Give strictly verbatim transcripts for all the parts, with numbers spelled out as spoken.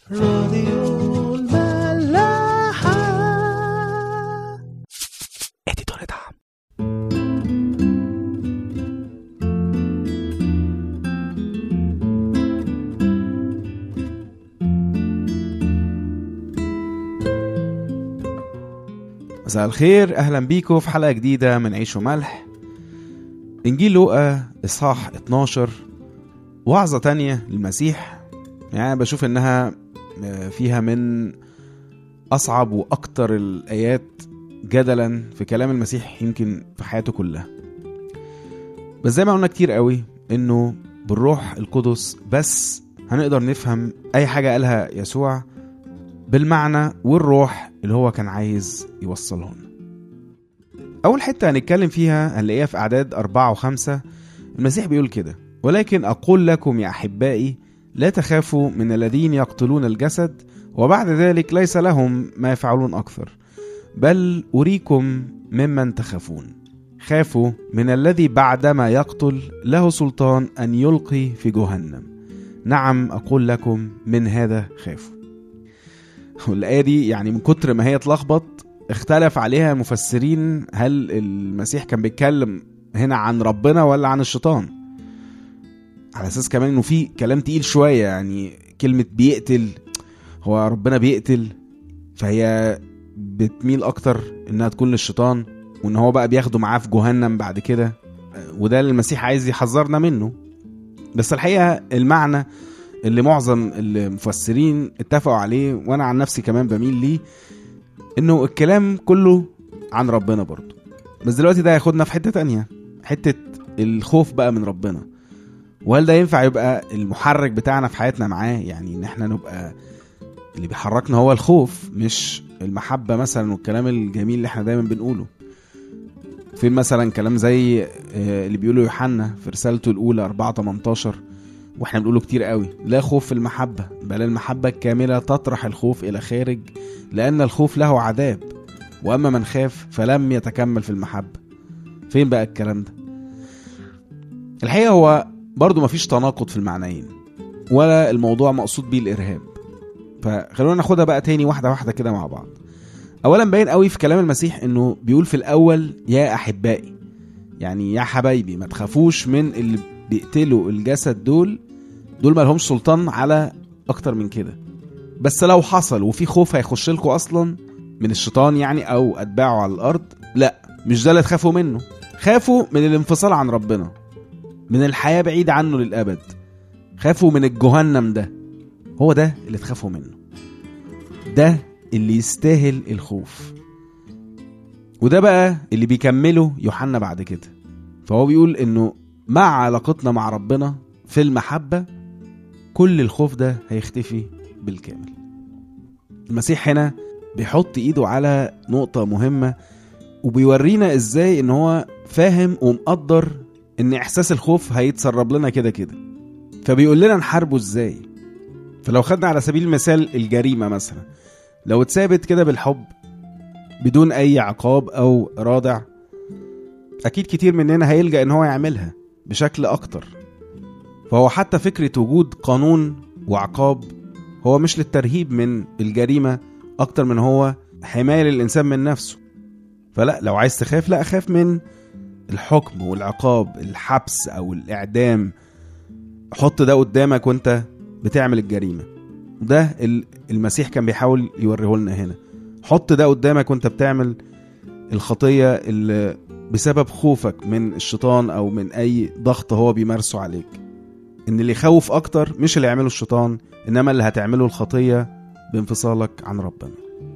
راديو الملاحة اديتور دعم. مساء الخير، اهلا بيكم في حلقة جديدة من عيش وملح. انجيل لوقا اصحاح اتناشر، وعظة تانية للمسيح. يعني بشوف انها فيها من اصعب واكتر الايات جدلا في كلام المسيح يمكن في حياته كلها. بس زي ما قلنا كتير قوي انه بالروح القدس بس هنقدر نفهم اي حاجة قالها يسوع بالمعنى والروح اللي هو كان عايز يوصله لنا. اول حتة هنتكلم فيها هنلاقيها في اعداد اربعة وخمسة. المسيح بيقول كده: ولكن اقول لكم يا احبائي لا تخافوا من الذين يقتلون الجسد وبعد ذلك ليس لهم ما يفعلون أكثر، بل أريكم ممن تخافون. خافوا من الذي بعدما يقتل له سلطان أن يلقي في جهنم. نعم أقول لكم من هذا خافوا. والآية دي يعني من كتر ما هي تلخبط اختلف عليها المفسرين، هل المسيح كان بيتكلم هنا عن ربنا ولا عن الشيطان، على اساس كمان انه في كلام تقيل شويه. يعني كلمه بيقتل، هو ربنا بيقتل، فهي بتميل اكتر انها تكون للشيطان، وان هو بقى بياخده معاه في جهنم بعد كده، وده اللي المسيح عايز يحذرنا منه. بس الحقيقه المعنى اللي معظم المفسرين اتفقوا عليه، وانا عن نفسي كمان بميل ليه، انه الكلام كله عن ربنا برضه. بس دلوقتي ده هياخدنا في حته تانية، حته الخوف بقى من ربنا. وهل ده ينفع يبقى المحرك بتاعنا في حياتنا معاه؟ يعني ان احنا نبقى اللي بيحركنا هو الخوف مش المحبة مثلا، والكلام الجميل اللي احنا دايما بنقوله. في مثلا كلام زي اللي بيقوله يوحنا في رسالته الاولى أربعة تمنتاشر، واحنا بنقوله كتير قوي: لا خوف في المحبة بل المحبة الكاملة تطرح الخوف الى خارج، لان الخوف له عذاب، واما من خاف فلم يتكمل في المحبة. فين بقى الكلام ده؟ الحقيقة هو برضو مفيش تناقض في المعنيين، ولا الموضوع مقصود بيه الإرهاب. فخلونا ناخدها بقى تاني واحدة واحدة كده مع بعض. أولا باين قوي في كلام المسيح إنه بيقول في الأول يا أحبائي، يعني يا حبايبي، ما تخافوش من اللي بيقتلوا الجسد. دول دول ما لهمش سلطان على أكتر من كده. بس لو حصل وفي خوف هيخش لكم أصلا من الشيطان يعني أو أتباعه على الأرض، لا، مش ده اللي تخافوا منه. خافوا من الانفصال عن ربنا، من الحياة بعيد عنه للأبد. خافوا من الجهنم، ده هو ده اللي تخافوا منه، ده اللي يستاهل الخوف. وده بقى اللي بيكمله يوحنا بعد كده. فهو بيقول انه مع علاقتنا مع ربنا في المحبة كل الخوف ده هيختفي بالكامل. المسيح هنا بيحط ايده على نقطة مهمة، وبيورينا ازاي ان هو فاهم ومقدر ان احساس الخوف هيتسرب لنا كده كده. فبيقول لنا نحاربه ازاي. فلو خدنا على سبيل المثال الجريمة مثلا، لو اتثابت كده بالحب بدون اي عقاب او رادع، اكيد كتير مننا هيلجأ ان هو يعملها بشكل اكتر. فهو حتى فكرة وجود قانون وعقاب هو مش للترهيب من الجريمة اكتر من هو حماية للانسان من نفسه. فلا، لو عايز تخاف، لا، اخاف من الحكم والعقاب، الحبس او الاعدام. حط ده قدامك وانت بتعمل الجريمة. ده المسيح كان بيحاول يوريه لنا هنا. حط ده قدامك وانت بتعمل الخطية اللي بسبب خوفك من الشيطان او من اي ضغط هو بيمارسه عليك. ان اللي يخوف اكتر مش اللي يعمله الشيطان، انما اللي هتعمله الخطية بانفصالك عن ربنا.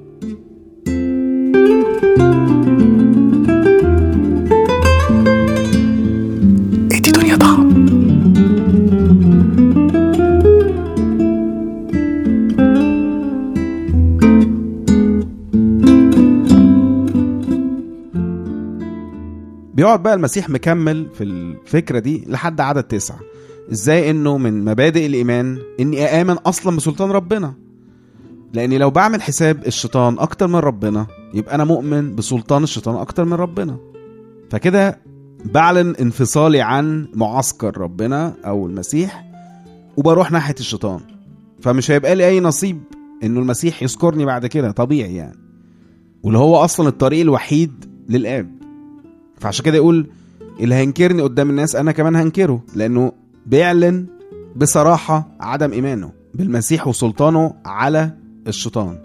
بيقعد بقى المسيح مكمل في الفكرة دي لحد عدد تسعة. ازاي انه من مبادئ الايمان اني اامن اصلا بسلطان ربنا، لاني لو بعمل حساب الشيطان اكتر من ربنا يبقى انا مؤمن بسلطان الشيطان اكتر من ربنا. فكده بعلن انفصالي عن معسكر ربنا او المسيح وبروح ناحية الشيطان. فمش هيبقى لي اي نصيب انه المسيح يذكرني بعد كده، طبيعي يعني، واللي هو اصلا الطريق الوحيد للآب. فعشان كده يقول اللي هينكرني قدام الناس انا كمان هنكره، لانه بيعلن بصراحة عدم ايمانه بالمسيح وسلطانه على الشيطان.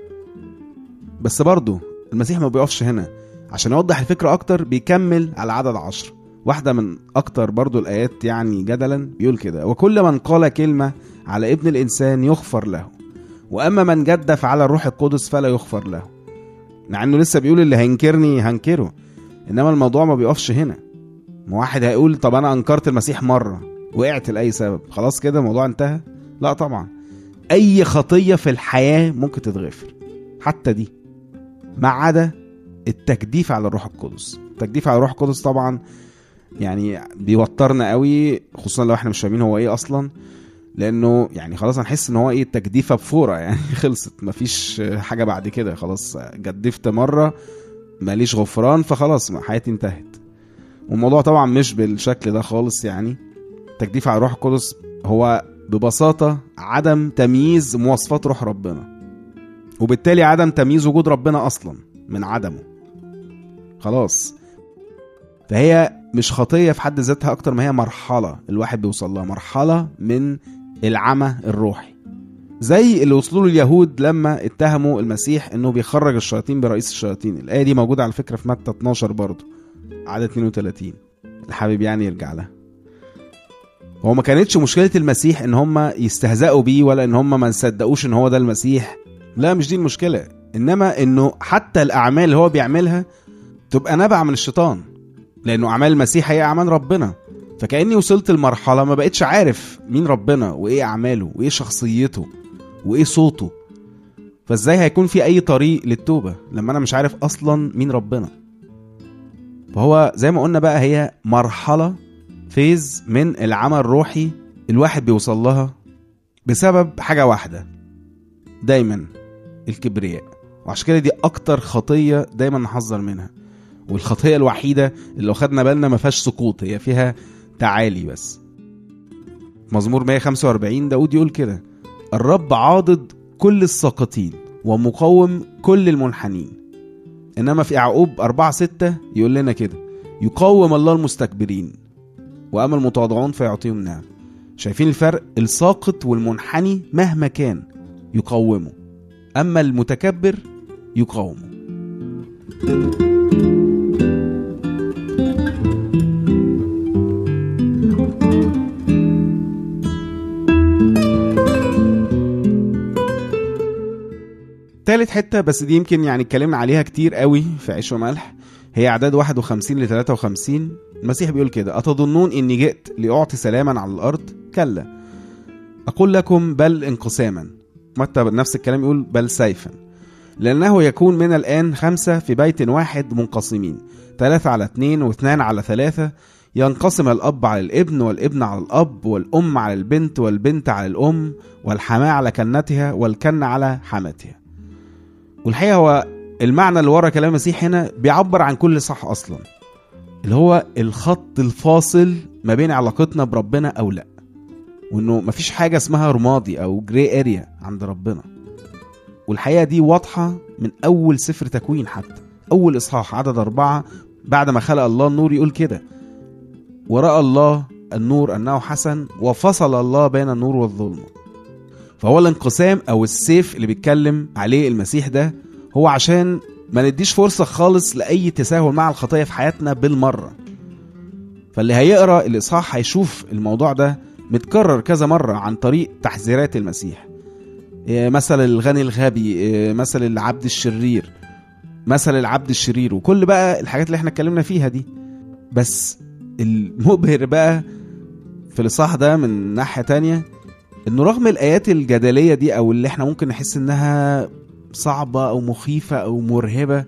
بس برضو المسيح ما بيقفش هنا، عشان يوضح الفكرة اكتر بيكمل على عدد عشر، واحدة من اكتر برضو الايات يعني جدلا، بيقول كده: وكل من قال كلمة على ابن الانسان يغفر له، واما من جدف على الروح القدس فلا يغفر له. مع انه لسه بيقول اللي هينكرني هنكره، انما الموضوع ما بيقفش هنا. واحد هيقول طب انا انكرت المسيح مرة وقعت لأي سبب، خلاص كده الموضوع انتهى؟ لا طبعا، اي خطية في الحياة ممكن تتغفر، حتى دي، ما عدا التجديف على الروح القدس. التجديف على الروح القدس طبعا يعني بيوترنا قوي، خصوصا لو احنا مش فاهمين هو ايه اصلا، لانه يعني خلاص هنحس ان هو ايه، تجديفه بفوره يعني خلصت، مفيش حاجه بعد كده، خلاص جدفت مره ماليش غفران فخلاص حياتي انتهت. والموضوع طبعا مش بالشكل ده خالص. يعني التجديف على الروح القدس هو ببساطه عدم تمييز مواصفات روح ربنا، وبالتالي عدم تمييز وجود ربنا اصلا من عدمه، خلاص. فهي مش خطية في حد ذاتها، اكتر ما هي مرحلة الواحد بيوصل لها، مرحلة من العمى الروحي، زي اللي وصلوا له اليهود لما اتهموا المسيح انه بيخرج الشياطين برئيس الشياطين. الآية دي موجودة على فكرة في متى اتناشر برضو عدد اتنين وتلاتين، الحبيب يعني يرجع لها. هو ما كانتش مشكلة المسيح ان هم يستهزئوا بيه، ولا ان هم ما نصدقوش ان هو ده المسيح، لا مش دي المشكلة، انما انه حتى الاعمال اللي هو بيعملها تبقى نبع من الشيطان، لانه اعمال المسيح هي اعمال ربنا. فكأني وصلت المرحلة ما بقتش عارف مين ربنا وايه اعماله وايه شخصيته وايه صوته، فازاي هيكون في اي طريق للتوبة لما انا مش عارف اصلا مين ربنا؟ فهو زي ما قلنا بقى، هي مرحلة فيز من العمى الروحي الواحد بيوصل لها بسبب حاجة واحدة دايما، الكبرياء. وعشان كده دي اكتر خطية دايما نحذر منها، والخطية الوحيدة اللي لو خدنا بالنا ما فيهاش سقوط، هي فيها تعالي بس. مزمور مية وخمسة وأربعين داود يقول كده: الرب عاضد كل الساقطين ومقوم كل المنحنين. انما في يعقوب أربعة ستة يقول لنا كده: يقوم الله المستكبرين واما المتواضعون فيعطيهم نعم. شايفين الفرق؟ الساقط والمنحني مهما كان يقومه، اما المتكبر يقاومه. ثالث حتة، بس دي يمكن يعني اتكلمنا عليها كتير قوي في عيش وملح، هي أعداد واحد وخمسين لثلاثة وخمسين. المسيح بيقول كده: أتظنون إني جئت لأعطي سلاما على الأرض؟ كلا، أقول لكم بل انقساما. متى نفس الكلام يقول بل سيفا، لأنه يكون من الآن خمسة في بيت واحد منقسمين، ثلاثة على اثنين واثنان على ثلاثة، ينقسم الأب على الابن والابن على الأب والأم على البنت والبنت على الأم والحماة على كنتها والكن على حماتها. والحقيقة هو المعنى اللي ورا كلام المسيح هنا بيعبر عن كل صح أصلا، اللي هو الخط الفاصل ما بين علاقتنا بربنا أو لأ، وإنه مفيش حاجة اسمها رمادي أو جري اريا عند ربنا. والحقيقة دي واضحة من أول سفر تكوين، حتى أول إصحاح عدد أربعة، بعد ما خلق الله النور يقول كده: ورأى الله النور أنه حسن وفصل الله بين النور والظلمة. فهو الانقسام أو السيف اللي بيتكلم عليه المسيح ده هو عشان ما نديش فرصة خالص لأي تساهل مع الخطية في حياتنا بالمرة. فاللي هيقرأ الإصحاح هيشوف الموضوع ده متكرر كذا مرة عن طريق تحذيرات المسيح، مثل الغني الغبي، مثل العبد الشرير، مثل العبد الشرير، وكل بقى الحاجات اللي احنا اتكلمنا فيها دي. بس المبهر بقى في الإصحاح ده من ناحية تانية، انه رغم الآيات الجدلية دي او اللي احنا ممكن نحس انها صعبة او مخيفة او مرهبة،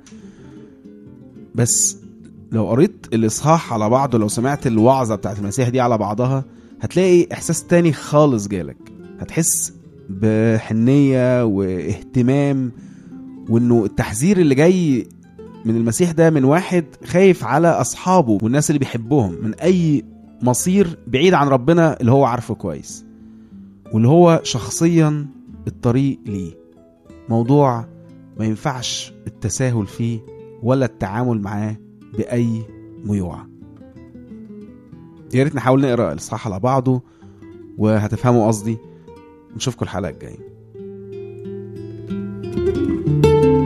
بس لو قريت الإصحاح على بعضه، لو سمعت الوعظة بتاعت المسيح دي على بعضها، هتلاقي احساس تاني خالص جالك. هتحس بحنية واهتمام، وانه التحذير اللي جاي من المسيح ده من واحد خايف على اصحابه والناس اللي بيحبهم من اي مصير بعيد عن ربنا اللي هو عارفه كويس. واللي هو شخصيا الطريق ليه. موضوع ما ينفعش التساهل فيه ولا التعامل معاه بأي ميوعة. يا ريت نحاول نقرأ الإصحاح على بعضه وهتفهموا قصدي. نشوفكم الحلقة الجاية.